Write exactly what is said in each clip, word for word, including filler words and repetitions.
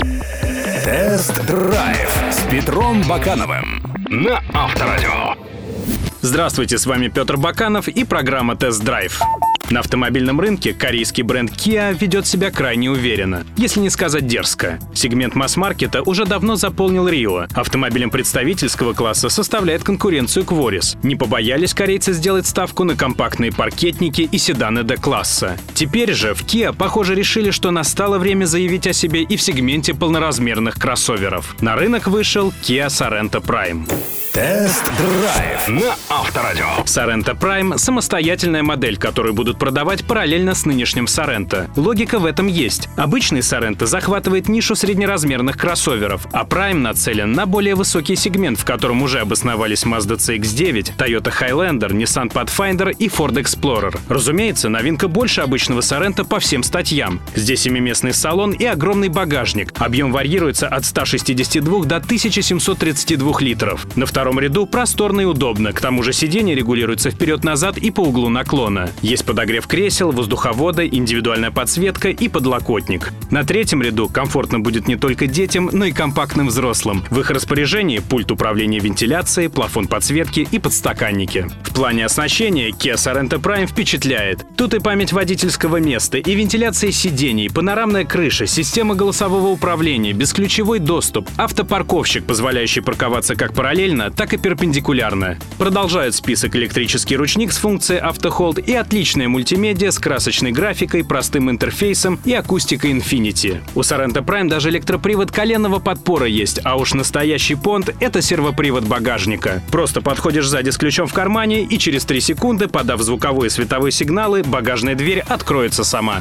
Тест-драйв с Петром Бакановым на Авторадио. Здравствуйте, с вами Петр Баканов и программа «Тест-драйв». На автомобильном рынке корейский бренд Kia ведет себя крайне уверенно, если не сказать дерзко. Сегмент масс-маркета уже давно заполнил Рио. Автомобилем представительского класса составляет конкуренцию Кворис. Не побоялись корейцы сделать ставку на компактные паркетники и седаны D-класса. Теперь же в Kia, похоже, решили, что настало время заявить о себе и в сегменте полноразмерных кроссоверов. На рынок вышел Kia Sorento Prime. Тест-драйв на Авторадио. Sorento Prime — самостоятельная модель, которую будут продавать параллельно с нынешним Sorento. Логика в этом есть. Обычный Sorento захватывает нишу среднеразмерных кроссоверов, а Prime нацелен на более высокий сегмент, в котором уже обосновались Mazda си икс девять, Toyota Highlander, Nissan Pathfinder и Ford Explorer. Разумеется, новинка больше обычного Sorento по всем статьям. Здесь семиместный салон и огромный багажник. Объем варьируется от ста шестидесяти двух до тысячи семисот тридцати двух литров. На втором В втором ряду просторно и удобно, к тому же сиденье регулируется вперед-назад и по углу наклона. Есть подогрев кресел, воздуховоды, индивидуальная подсветка и подлокотник. На третьем ряду комфортно будет не только детям, но и компактным взрослым. В их распоряжении пульт управления вентиляцией, плафон подсветки и подстаканники. В плане оснащения Kia Sorento Prime впечатляет. Тут и память водительского места, и вентиляция сидений, панорамная крыша, система голосового управления, бесключевой доступ, автопарковщик, позволяющий парковаться как параллельно, так и перпендикулярно. Продолжают список электрический ручник с функцией автохолд и отличная мультимедиа с красочной графикой, простым интерфейсом и акустикой Infinity. У Sorento Prime даже электропривод коленного подпора есть, а уж настоящий понт — это сервопривод багажника. Просто подходишь сзади с ключом в кармане, и через три секунды, подав звуковые и световые сигналы, багажная дверь откроется сама.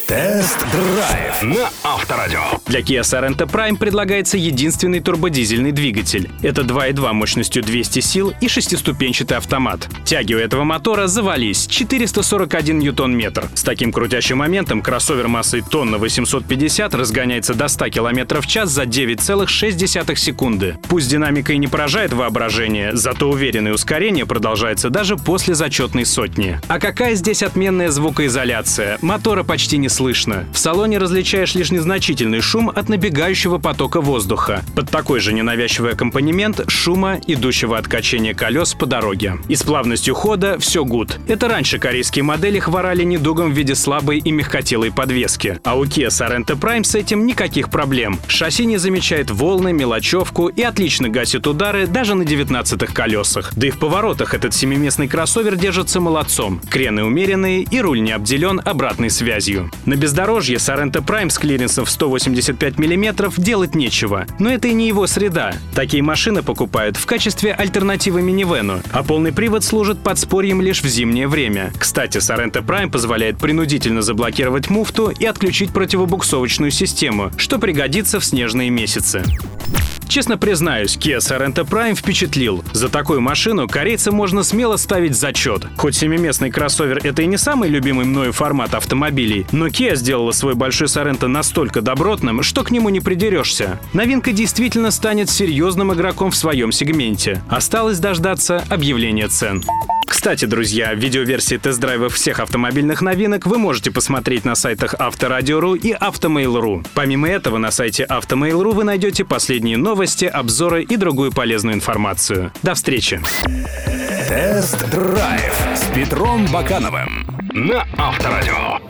Тест-драйв на Авторадио. Для Kia Sorento Prime предлагается единственный турбодизельный двигатель. Это два и два мощностью двести сил и шестиступенчатый автомат. Тяги у этого мотора завались — четыреста сорок один ньютон-метр. С таким крутящим моментом кроссовер массой тонна восемьсот пятьдесят разгоняется до ста километров в час за девять целых шесть десятых секунды. Пусть динамика и не поражает воображение, зато уверенное ускорение продолжается даже после зачетной сотни. А какая здесь отменная звукоизоляция? Мотора почти не слышно. В салоне различаешь лишь незначительный шум от набегающего потока воздуха. Под такой же ненавязчивый аккомпанемент шума, идущего от качения колес по дороге. И с плавностью хода все гуд. Это раньше корейские модели хворали недугом в виде слабой и мягкотелой подвески. А у Kia Sorento Prime с этим никаких проблем. Шасси не замечает волны, мелочевку и отлично гасит удары даже на девятнадцатых колесах. Да и в поворотах этот семиместный кроссовер держится молодцом. Крены умеренные и руль не обделен обратной связью. На бездорожье Sorento Prime с клиренсом в сто восемьдесят пять миллиметров делать нечего. Но это и не его среда. Такие машины покупают в качестве альтернативы минивэну, а полный привод служит подспорьем лишь в зимнее время. Кстати, Sorento Prime позволяет принудительно заблокировать муфту и отключить противобуксовочную систему, что пригодится в снежные месяцы. Честно признаюсь, Kia Sorento Prime впечатлил. За такую машину корейцам можно смело ставить зачет. Хоть семиместный кроссовер — это и не самый любимый мною формат автомобилей, но Kia сделала свой большой Sorento настолько добротным, что к нему не придерешься. Новинка действительно станет серьезным игроком в своем сегменте. Осталось дождаться объявления цен. Кстати, друзья, видеоверсии тест-драйвов всех автомобильных новинок вы можете посмотреть на сайтах Авторадио точка ру и Автомейл точка ру. Помимо этого, на сайте Автомейл точка ру вы найдете последние новости, обзоры и другую полезную информацию. До встречи! Тест-драйв с Петром Бакановым на Авторадио.